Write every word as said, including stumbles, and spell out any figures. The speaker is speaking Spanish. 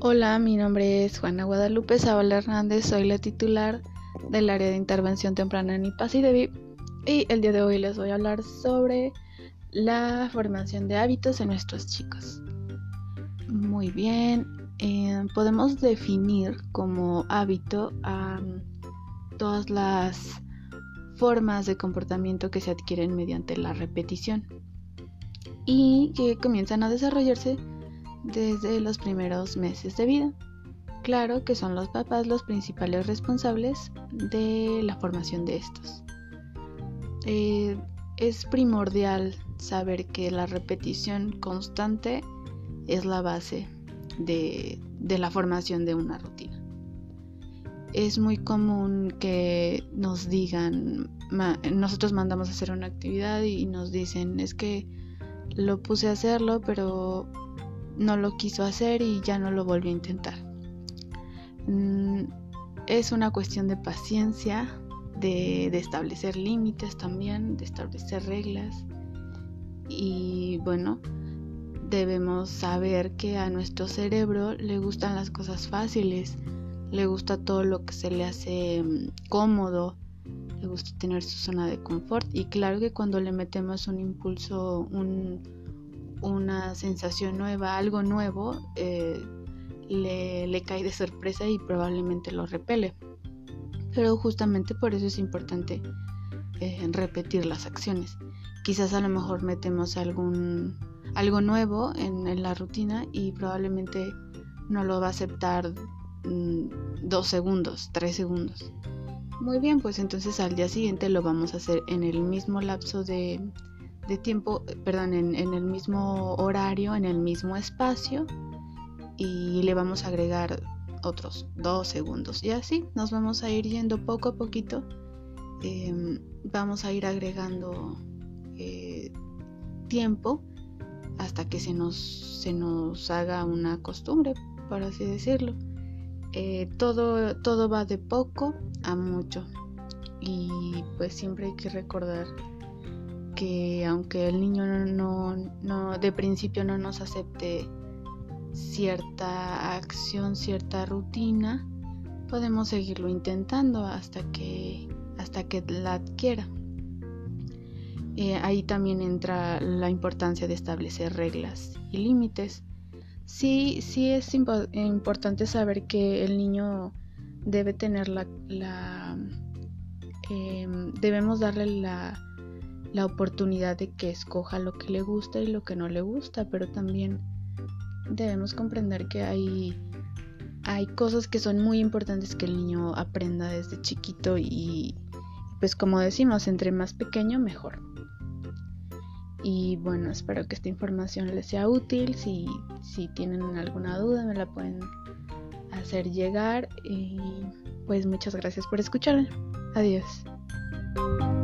Hola, mi nombre es Juana Guadalupe Zavala Hernández, soy la titular del área de intervención temprana en I P A S y D E V I y el día de hoy les voy a hablar sobre la formación de hábitos en nuestros chicos. Muy bien, eh, podemos definir como hábito um, todas las formas de comportamiento que se adquieren mediante la repetición y que comienzan a desarrollarse desde los primeros meses de vida. Claro que son los papás los principales responsables de la formación de estos. Eh, es primordial saber que la repetición constante es la base de, de la formación de una rutina. Es muy común que nos digan, ma, nosotros mandamos a hacer una actividad y nos dicen, es que lo puse a hacerlo, pero no lo quiso hacer y ya no lo volvió a intentar. Mm, es una cuestión de paciencia, de, de establecer límites también, de establecer reglas. Y bueno, debemos saber que a nuestro cerebro le gustan las cosas fáciles, le gusta todo lo que se le hace cómodo, le gusta tener su zona de confort. Y claro que cuando le metemos un impulso, un una sensación nueva, algo nuevo, eh, le, le cae de sorpresa y probablemente lo repele. Pero justamente por eso es importante eh, repetir las acciones. Quizás a lo mejor metemos algún algo nuevo en, en la rutina y probablemente no lo va a aceptar mmm, dos segundos, tres segundos. Muy bien, pues entonces al día siguiente lo vamos a hacer en el mismo lapso de de tiempo, perdón, en, en el mismo horario, en el mismo espacio, y le vamos a agregar otros dos segundos y así nos vamos a ir yendo poco a poquito. Eh, vamos a ir agregando eh, tiempo hasta que se nos, se nos haga una costumbre, por así decirlo. Eh, todo, todo va de poco a mucho y pues siempre hay que recordar que aunque el niño no, no, no de principio no nos acepte cierta acción, cierta rutina, podemos seguirlo intentando hasta que, hasta que la adquiera. Eh, ahí también entra la importancia de establecer reglas y límites. Sí, sí es impo- importante saber que el niño debe tener la, la eh, debemos darle la la oportunidad de que escoja lo que le gusta y lo que no le gusta, pero también debemos comprender que hay, hay cosas que son muy importantes que el niño aprenda desde chiquito y pues como decimos, entre más pequeño mejor. Y bueno, espero que esta información les sea útil. Si, si tienen alguna duda me la pueden hacer llegar y pues muchas gracias por escucharme. Adiós.